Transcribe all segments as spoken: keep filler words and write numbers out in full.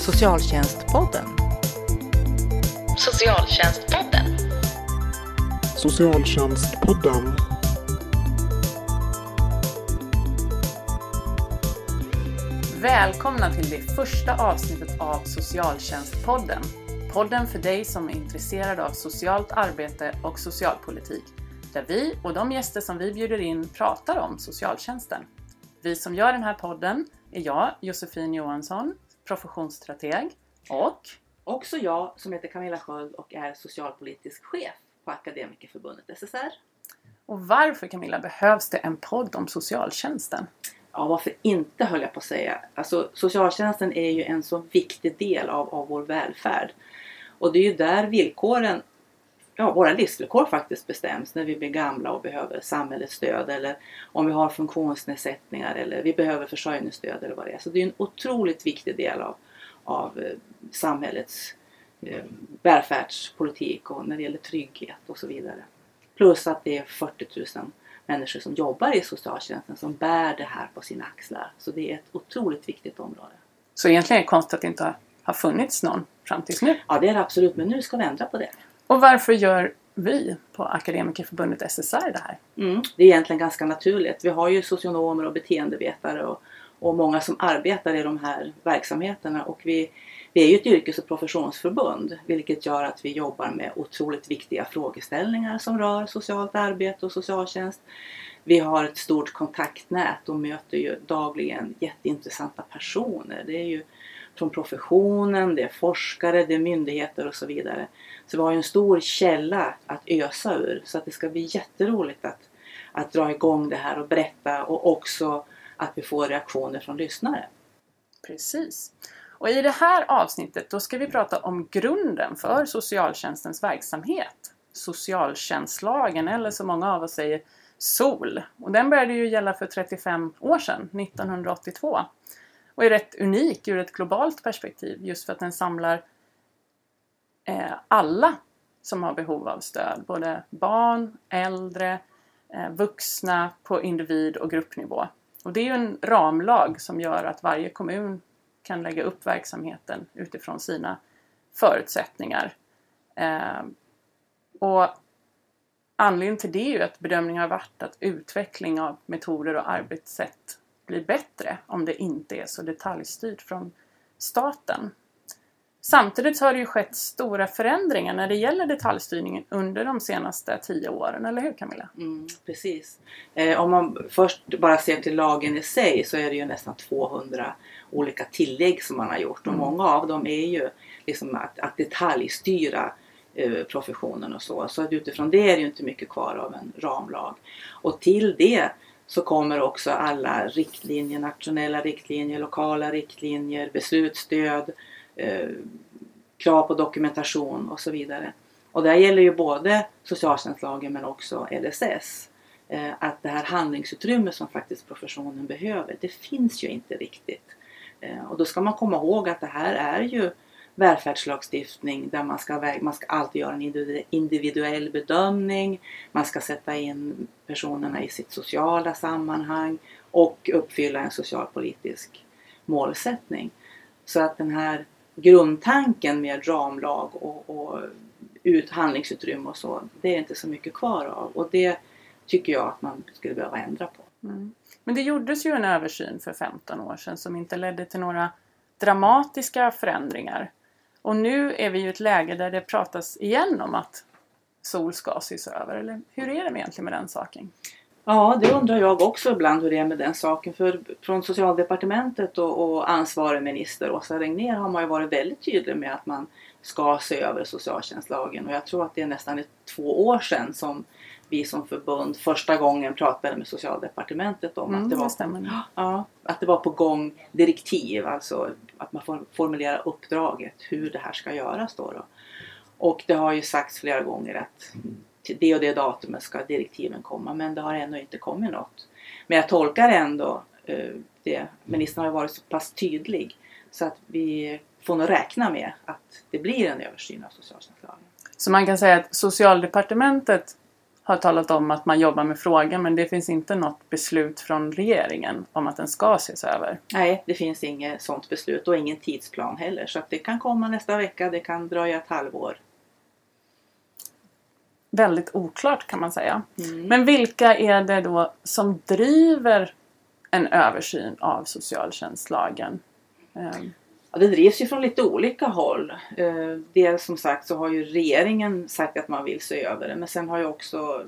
Socialtjänstpodden. Socialtjänstpodden. Socialtjänstpodden. Välkomna till det första avsnittet av Socialtjänstpodden. Podden för dig som är intresserad av socialt arbete och socialpolitik. Där vi och de gäster som vi bjuder in pratar om socialtjänsten. Vi som gör den här podden är jag, Josefin Johansson, professionsstrateg. Och också jag som heter Camilla Sköld och är socialpolitisk chef på Akademikerförbundet S S R. Och varför, Camilla, behövs det en podd om socialtjänsten? Ja, varför inte, höll jag på att säga. Alltså, socialtjänsten är ju en så viktig del av, av vår välfärd. Och det är ju där villkoren, ja, våra livsvillkor faktiskt bestäms när vi blir gamla och behöver samhällets stöd. Eller om vi har funktionsnedsättningar eller vi behöver försörjningsstöd eller vad det är. Så det är en otroligt viktig del av, av eh, samhällets eh, välfärdspolitik och när det gäller trygghet och så vidare. Plus att det är fyrtio tusen människor som jobbar i socialtjänsten som bär det här på sina axlar. Så det är ett otroligt viktigt område. Så egentligen är det konstigt att det inte har funnits någon fram tills nu? Ja, det är det absolut. Men nu ska vi ändra på det. Och varför gör vi på Akademikerförbundet S S R det här? Mm, det är egentligen ganska naturligt. Vi har ju socionomer och beteendevetare och, och många som arbetar i de här verksamheterna. Och vi, vi är ju ett yrkes- och professionsförbund, vilket gör att vi jobbar med otroligt viktiga frågeställningar som rör socialt arbete och socialtjänst. Vi har ett stort kontaktnät och möter ju dagligen jätteintressanta personer. Det är ju från professionen, det är forskare, det är myndigheter och så vidare. Så vi har ju en stor källa att ösa ur. Så att det ska bli jätteroligt att, att dra igång det här och berätta. Och också att vi får reaktioner från lyssnare. Precis. Och i det här avsnittet då ska vi prata om grunden för socialtjänstens verksamhet. Socialtjänstlagen, eller som många av oss säger, S O L. Och den började ju gälla för trettiofem år sedan, nittonhundraåttiotvå. Och är rätt unik ur ett globalt perspektiv just för att den samlar eh, alla som har behov av stöd. Både barn, äldre, eh, vuxna på individ- och gruppnivå. Och det är ju en ramlag som gör att varje kommun kan lägga upp verksamheten utifrån sina förutsättningar. Eh, och anledningen till det är ju att bedömningen har varit att utveckling av metoder och arbetssätt blir bättre om det inte är så detaljstyrt från staten. Samtidigt har det ju skett stora förändringar när det gäller detaljstyrningen under de senaste tio åren, eller hur, Camilla? Mm, precis. Eh, om man först bara ser till lagen i sig så är det ju nästan tvåhundra olika tillägg som man har gjort. Och mm. många av dem är ju liksom att, att detaljstyra eh, professionen och så. Så utifrån det är det ju inte mycket kvar av en ramlag. Och till det så kommer också alla riktlinjer, nationella riktlinjer, lokala riktlinjer, beslutsstöd, eh, krav på dokumentation och så vidare. Och det gäller ju både socialtjänstlagen men också L S S. Eh, att det här handlingsutrymme som faktiskt professionen behöver, det finns ju inte riktigt. Eh, och då ska man komma ihåg att det här är ju välfärdslagstiftning där man ska, man ska alltid göra en individuell bedömning. Man ska sätta in personerna i sitt sociala sammanhang och uppfylla en socialpolitisk målsättning. Så att den här grundtanken med ramlag och, och ut, handlingsutrymme och så, det är inte så mycket kvar av. Och det tycker jag att man skulle behöva ändra på. Mm. Men det gjordes ju en översyn för femton år sedan som inte ledde till några dramatiska förändringar. Och nu är vi i ett läge där det pratas igen om att S O L ska ses över. Eller hur är det egentligen med den saken? Ja, det undrar jag också ibland hur det är med den saken. För från Socialdepartementet och, och ansvarig minister Åsa Regnér har man ju varit väldigt tydlig med att man ska se över socialtjänstlagen. Och jag tror att det är nästan ett, två år sedan som vi som förbund första gången pratade med Socialdepartementet om mm, att, det var, det ja, att det var på gång direktiv. Alltså att man får formulera uppdraget hur det här ska göras då. då. Och det har ju sagts flera gånger att till det och det datumet ska direktiven komma. Men det har ännu inte kommit något. Men jag tolkar ändå eh, det. Ministern har varit så pass tydlig. Så att vi får nog räkna med att det blir en översyn av socialtjänstlagen. Så man kan säga att Socialdepartementet har talat om att man jobbar med frågan, men det finns inte något beslut från regeringen om att den ska ses över. Nej, det finns inget sådant beslut och ingen tidsplan heller. Så att det kan komma nästa vecka, det kan dröja ett halvår. Väldigt oklart kan man säga. Mm. Men vilka är det då som driver en översyn av socialtjänstlagen? Um. Ja, det drivs ju från lite olika håll. Dels som sagt så har ju regeringen sagt att man vill se över det. Men sen har ju också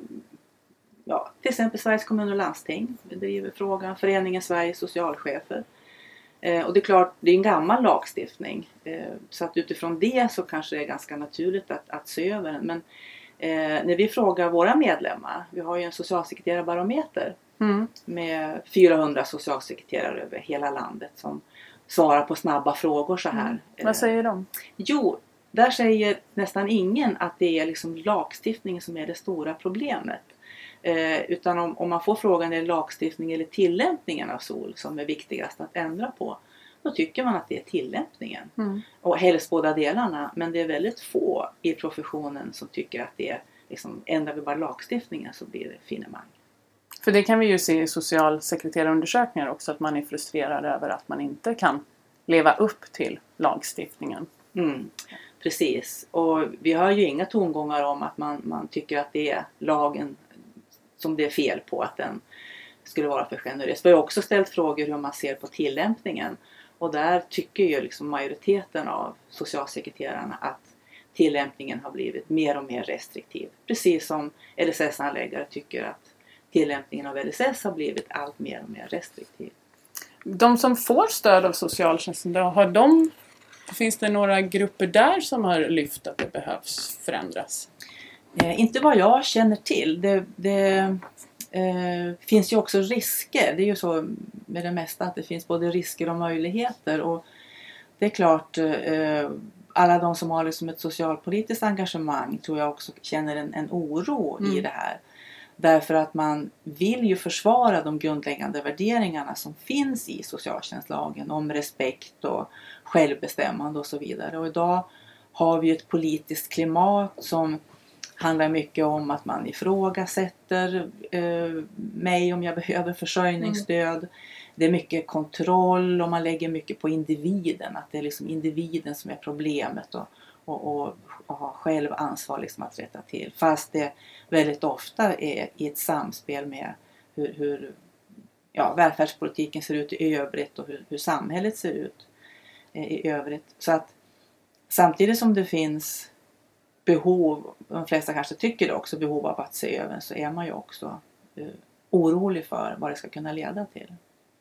ja, till exempel Sveriges kommun och landsting driver frågan. Föreningen Sveriges socialchefer. Och det är klart, det är en gammal lagstiftning. Så att utifrån det så kanske det är ganska naturligt att, att se över den. Men eh, när vi frågar våra medlemmar, vi har ju en socialsekreterarbarometer mm. med fyrahundra socialsekreterare över hela landet som svarar på snabba frågor så här. Mm. Vad säger de? Jo, där säger nästan ingen att det är liksom lagstiftningen som är det stora problemet. Eh, utan om, om man får frågan är det lagstiftning eller tillämpningen av S O L som är viktigast att ändra på. Då tycker man att det är tillämpningen. Mm. Och helst båda delarna. Men det är väldigt få i professionen som tycker att det är liksom, ändrar vi bara lagstiftningen så blir det finemang. För det kan vi ju se i socialsekreterarundersökningar också, att man är frustrerad över att man inte kan leva upp till lagstiftningen. Mm, precis. Och vi har ju inga tongångar om att man, man tycker att det är lagen som det är fel på, att den skulle vara för generös. Vi har också ställt frågor hur man ser på tillämpningen. Och där tycker ju liksom majoriteten av socialsekreterarna att tillämpningen har blivit mer och mer restriktiv. Precis som L S S-anläggare tycker att tillämpningen av L S S har blivit allt mer och mer restriktiv. De som får stöd av socialtjänsten, då, har de, finns det några grupper där som har lyft att det behövs förändras? Eh, inte vad jag känner till. Det, det eh, finns ju också risker. Det är ju så med det mesta att det finns både risker och möjligheter. Och det är klart, eh, alla de som har liksom ett socialpolitiskt engagemang tror jag också känner en, en oro mm. i det här. Därför att man vill ju försvara de grundläggande värderingarna som finns i socialtjänstlagen om respekt och självbestämmande och så vidare. Och idag har vi ett politiskt klimat som handlar mycket om att man ifrågasätter eh, mig om jag behöver försörjningsstöd. Mm. Det är mycket kontroll och man lägger mycket på individen. Att det är liksom individen som är problemet och, och, och, och har själv ansvar liksom att rätta till. Fast det väldigt ofta är i ett samspel med hur, hur ja, välfärdspolitiken ser ut i övrigt och hur, hur samhället ser ut eh, i övrigt. Så att samtidigt som det finns behov, de flesta kanske tycker det också, behov av att se över, så är man ju också uh, orolig för vad det ska kunna leda till.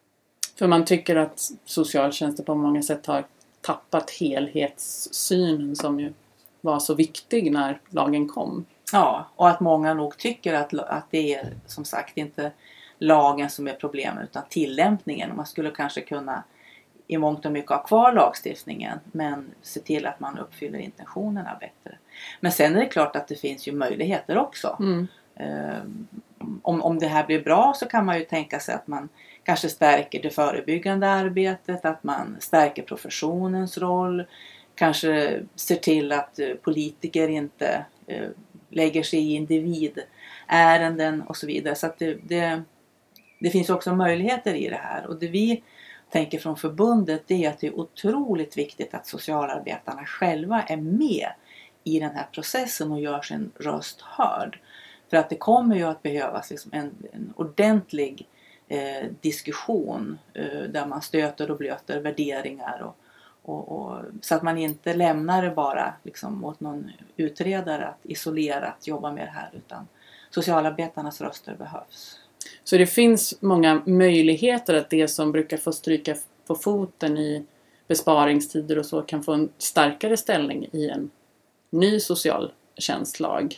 För man tycker att socialtjänsten på många sätt har tappat helhetssynen som ju var så viktig när lagen kom. Ja, och att många nog tycker att, att det är som sagt inte lagen som är problemet utan tillämpningen. Man skulle kanske kunna i mångt och mycket ha kvar lagstiftningen men se till att man uppfyller intentionerna bättre. Men sen är det klart att det finns ju möjligheter också. Mm. Um, om, om det här blir bra så kan man ju tänka sig att man kanske stärker det förebyggande arbetet, att man stärker professionens roll, kanske ser till att uh, politiker inte uh, lägger sig i individärenden och så vidare. Så att det, det, det finns också möjligheter i det här. Och det vi tänker från förbundet är att det är otroligt viktigt att socialarbetarna själva är med i den här processen och gör sin röst hörd. För att det kommer ju att behövas liksom en, en ordentlig eh, diskussion eh, där man stöter och blöter värderingar och, och, och, så att man inte lämnar det bara liksom, åt någon utredare att isolerat jobba med det här, utan socialarbetarnas röster behövs. Så det finns många möjligheter att det som brukar få stryka på foten i besparingstider och så kan få en starkare ställning i en ny socialtjänstlag.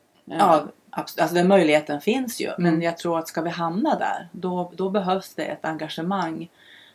Ja, alltså den möjligheten finns ju. Men jag tror att ska vi hamna där, då, då behövs det ett engagemang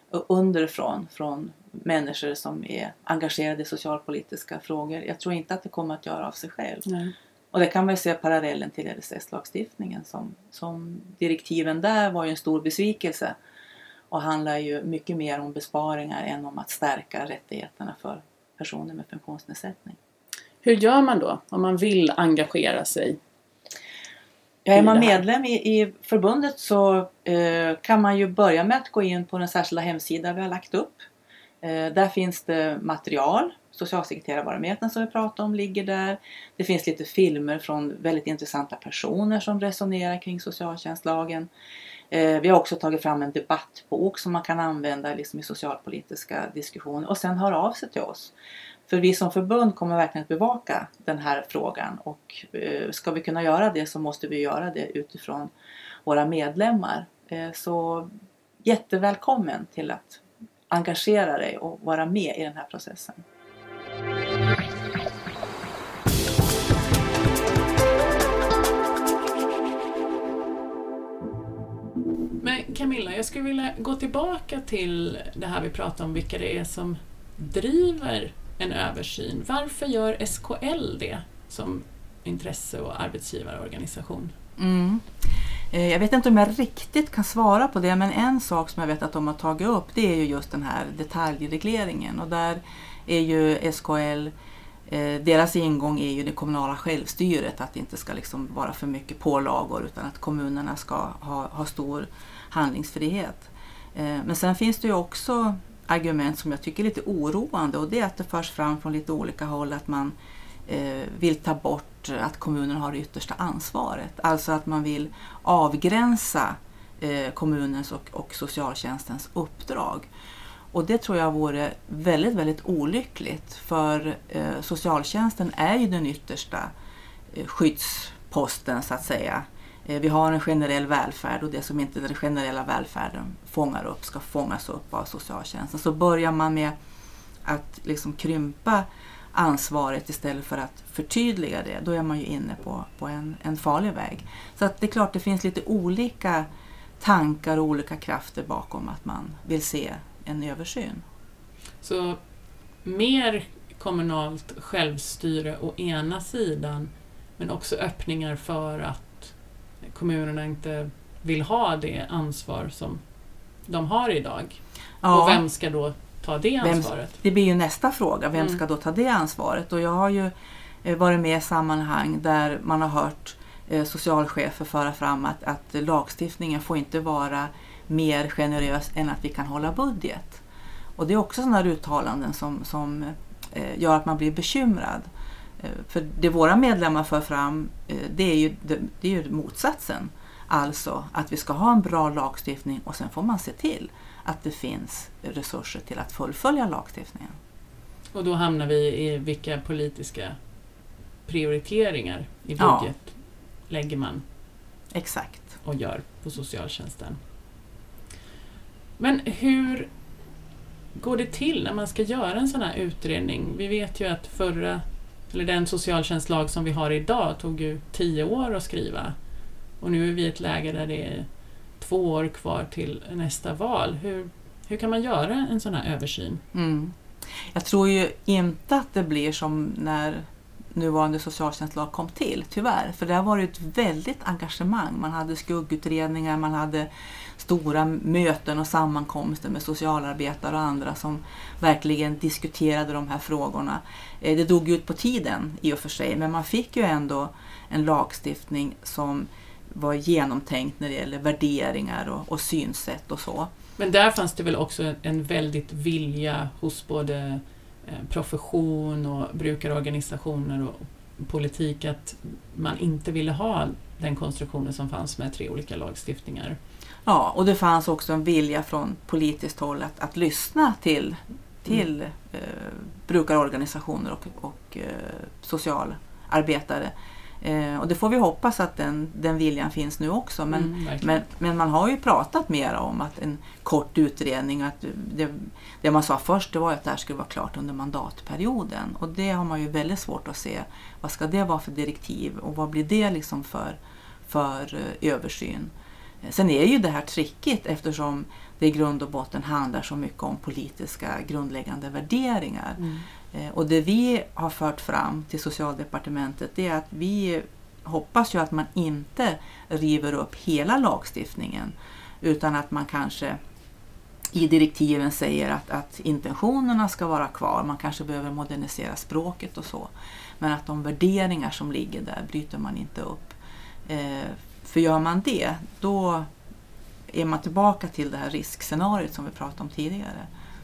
underifrån från människor som är engagerade i socialpolitiska frågor. Jag tror inte att det kommer att göra av sig själv. Nej. Och det kan man ju se parallellen till L S S-lagstiftningen. Som, som direktiven där var ju en stor besvikelse. Och handlar ju mycket mer om besparingar än om att stärka rättigheterna för personer med funktionsnedsättning. Hur gör man då om man vill engagera sig? Ja, är man medlem i, i förbundet så eh, kan man ju börja med att gå in på den särskilda hemsida vi har lagt upp. Eh, där finns det material. Socialsekreterarbarometern som vi pratade om ligger där. Det finns lite filmer från väldigt intressanta personer som resonerar kring socialtjänstlagen. Eh, vi har också tagit fram en debattbok som man kan använda liksom i socialpolitiska diskussioner. Och sen hör av sig till oss. För vi som förbund kommer verkligen att bevaka den här frågan. Och eh, ska vi kunna göra det så måste vi göra det utifrån våra medlemmar. Eh, så jättevälkommen till att engagera dig och vara med i den här processen. Men Camilla, jag skulle vilja gå tillbaka till det här vi pratade om, vilka det är som driver en översyn. Varför gör S K L det som intresse- och arbetsgivarorganisation? Mm. Jag vet inte om jag riktigt kan svara på det, men en sak som jag vet att de har tagit upp, det är ju just den här detaljregleringen. Och där är ju S K L, deras ingång är ju det kommunala självstyret, att det inte ska liksom vara för mycket pålagor utan att kommunerna ska ha, ha stor handlingsfrihet. Men sen finns det ju också argument som jag tycker är lite oroande, och det är att det förs fram från lite olika håll att man eh, vill ta bort att kommunerna har det yttersta ansvaret. Alltså att man vill avgränsa eh, kommunens och, och socialtjänstens uppdrag. Och det tror jag vore väldigt, väldigt olyckligt, för eh, socialtjänsten är ju den yttersta eh, skyddsposten så att säga. Vi har en generell välfärd, och det som inte den generella välfärden fångar upp ska fångas upp av socialtjänsten. Så börjar man med att liksom krympa ansvaret istället för att förtydliga det, då är man ju inne på, på en, en farlig väg. Så att det är klart det finns lite olika tankar och olika krafter bakom att man vill se en översyn. Så mer kommunalt självstyre å ena sidan, men också öppningar för att kommunerna inte vill ha det ansvar som de har idag. Ja. Och vem ska då ta det ansvaret? Vem, det blir ju nästa fråga. Vem mm. ska då ta det ansvaret? Och jag har ju varit med i sammanhang där man har hört eh, socialchefer föra fram att, att lagstiftningen får inte vara mer generös än att vi kan hålla budget. Och det är också sådana här uttalanden som, som eh, gör att man blir bekymrad. För det våra medlemmar för fram, det är ju, det, det är ju motsatsen. Alltså att vi ska ha en bra lagstiftning, och sen får man se till att det finns resurser till att fullfölja lagstiftningen. Och då hamnar vi i vilka politiska prioriteringar i budget ja. lägger man Exakt. och gör på socialtjänsten. Men hur går det till när man ska göra en sån här utredning? Vi vet ju att förra Eller den socialtjänstlag som vi har idag tog ju tio år att skriva. Och nu är vi i ett läge där det är två år kvar till nästa val. Hur, hur kan man göra en sån här översyn? Mm. Jag tror ju inte att det blir som när nuvarande socialtjänstlag kom till, tyvärr. För det var ju ett väldigt engagemang. Man hade skuggutredningar, man hade stora möten och sammankomster med socialarbetare och andra som verkligen diskuterade de här frågorna. Det drog ut på tiden i och för sig, men man fick ju ändå en lagstiftning som var genomtänkt när det gäller värderingar och, och synsätt och så. Men där fanns det väl också en väldigt vilja hos både profession och brukarorganisationer och politik att man inte ville ha den konstruktionen som fanns med tre olika lagstiftningar. Ja, och det fanns också en vilja från politiskt håll att, att lyssna till, till mm. eh, brukarorganisationer och, och eh, socialarbetare. Eh, och det får vi hoppas att den, den viljan finns nu också. Men, mm, men, men man har ju pratat mer om att en kort utredning, att det, det man sa först det var att det här skulle vara klart under mandatperioden. Och det har man ju väldigt svårt att se. Vad ska det vara för direktiv och vad blir det liksom för, för uh, översyn? Sen är ju det här trickigt eftersom det i grund och botten handlar så mycket om politiska grundläggande värderingar. Mm. Och det vi har fört fram till socialdepartementet det är att vi hoppas ju att man inte river upp hela lagstiftningen utan att man kanske i direktiven säger att, att intentionerna ska vara kvar. Man kanske behöver modernisera språket och så. Men att de värderingar som ligger där bryter man inte upp. för gör man det, då är man tillbaka till det här riskscenariot som vi pratade om tidigare.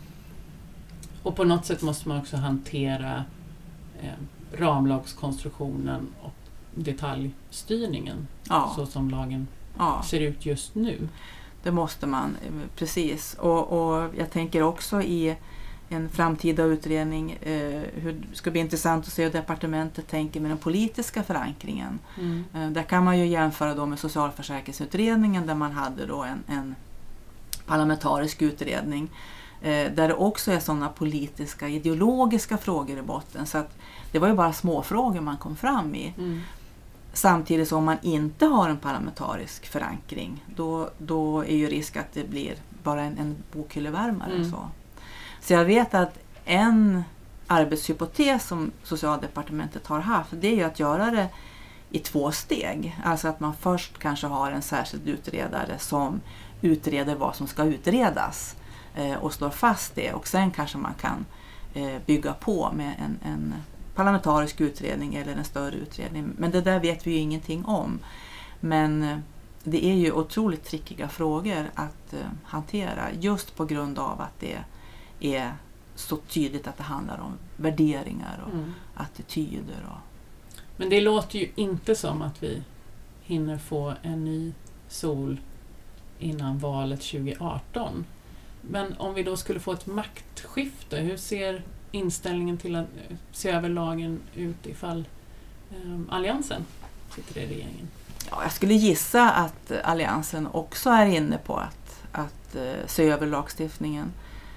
Och på något sätt måste man också hantera eh, ramlagskonstruktionen och detaljstyrningen Ja. så som lagen Ja. ser ut just nu. Det måste man, precis. Och, och jag tänker också i en framtida utredning eh, hur det ska bli intressant att se hur departementet tänker med den politiska förankringen. Mm. Eh, där kan man ju jämföra då med socialförsäkringsutredningen där man hade då en, en parlamentarisk utredning eh, där det också är sådana politiska, ideologiska frågor i botten. Så att det var ju bara små frågor man kom fram i. Mm. Samtidigt som man inte har en parlamentarisk förankring, då, då är ju risk att det blir bara en, en bokhyllevärmare. Mm. Så. så jag vet att en arbetshypotes som Socialdepartementet har haft, det är ju att göra det i två steg. Alltså att man först kanske har en särskild utredare som utreder vad som ska utredas eh, och slår fast det. Och sen kanske man kan eh, bygga på med en, en parlamentarisk utredning eller en större utredning. Men det där vet vi ju ingenting om. Men det är ju otroligt trickiga frågor att uh, hantera just på grund av att det är så tydligt att det handlar om värderingar och Mm. attityder. Och... Men det låter ju inte som att vi hinner få en ny sol innan valet tjugo arton. Men om vi då skulle få ett maktskifte, hur ser inställningen till att se över lagen ut ifall eh, Alliansen sitter i regeringen? Ja, jag skulle gissa att Alliansen också är inne på att, att uh, se över lagstiftningen.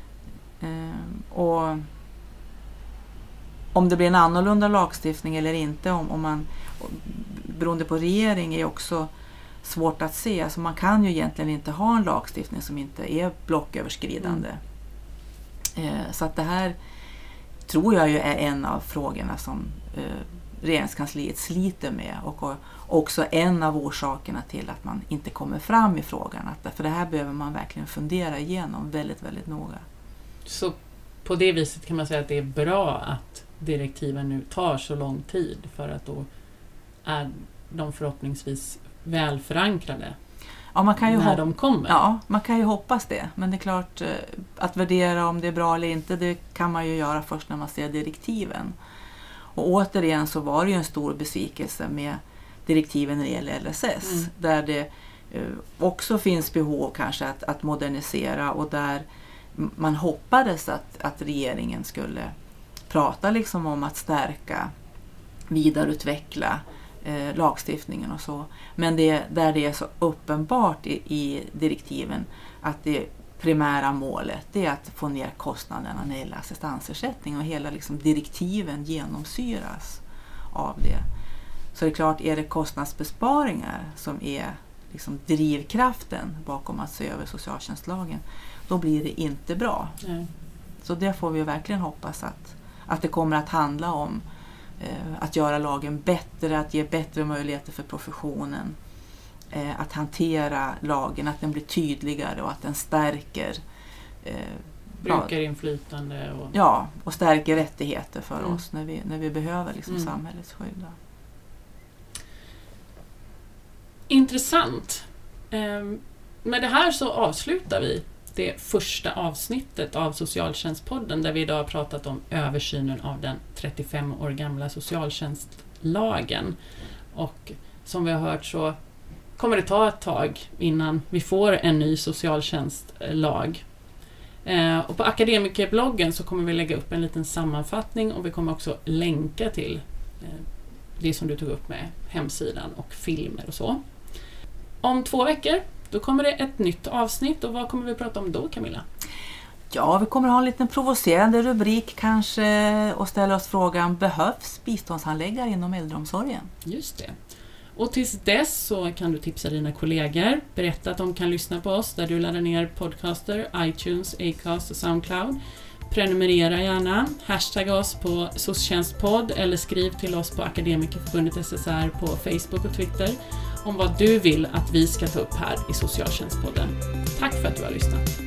Uh, och om det blir en annorlunda lagstiftning eller inte, om, om man, beroende på regering, är också svårt att se. Alltså man kan ju egentligen inte ha en lagstiftning som inte är blocköverskridande. Mm. Uh, så att det här tror jag ju är en av frågorna som uh, regeringskansliet sliter med och också en av orsakerna till att man inte kommer fram i frågan. Att, för det här behöver man verkligen fundera igenom väldigt, väldigt noga. Så på det viset kan man säga att det är bra att direktiven nu tar så lång tid, för att då är de förhoppningsvis väl förankrade ja, man kan ju när hop- de kommer. Ja, man kan ju hoppas det. Men det är klart, att värdera om det är bra eller inte, det kan man ju göra först när man ser direktiven. Och återigen så var det ju en stor besvikelse med direktiven när det gäller L S S. Mm. Där det eh, också finns behov kanske att, att modernisera, och där man hoppades att, att regeringen skulle prata liksom om att stärka, vidareutveckla eh, lagstiftningen och så. Men det, där det är så uppenbart i, i direktiven att det primära målet är att få ner kostnaderna när det gäller assistansersättning, och hela liksom direktiven genomsyras av det. Så det är klart, är det kostnadsbesparingar som är liksom drivkraften bakom att se över socialtjänstlagen, då blir det inte bra. Mm. Så det får vi verkligen hoppas att, att det kommer att handla om eh, att göra lagen bättre, att ge bättre möjligheter för professionen eh, att hantera lagen, att den blir tydligare och att den stärker eh, brukarinflytande och... Ja, och stärker rättigheter för mm. oss när vi, när vi behöver liksom mm. samhällets skydd. Intressant. Ehm, med det här så avslutar vi det första avsnittet av Socialtjänstpodden, där vi idag har pratat om översynen av den trettiofem år gamla socialtjänstlagen. Och som vi har hört så kommer det ta ett tag innan vi får en ny socialtjänstlag. Eh, och på akademikerbloggen så kommer vi lägga upp en liten sammanfattning, och vi kommer också länka till eh, det som du tog upp med hemsidan och filmer och så. Om två veckor då kommer det ett nytt avsnitt, och vad kommer vi prata om då, Camilla? Ja, vi kommer ha en liten provocerande rubrik kanske och ställa oss frågan: behövs biståndshandläggare inom äldreomsorgen? Just det. Och tills dess så kan du tipsa dina kollegor, berätta att de kan lyssna på oss där du laddar ner podcaster, iTunes, Acast och Soundcloud. Prenumerera gärna, hashtagga oss på socialtjänstpodd eller skriv till oss på Akademikerförbundet S S R på Facebook och Twitter om vad du vill att vi ska ta upp här i Socialtjänstpodden. Tack för att du har lyssnat.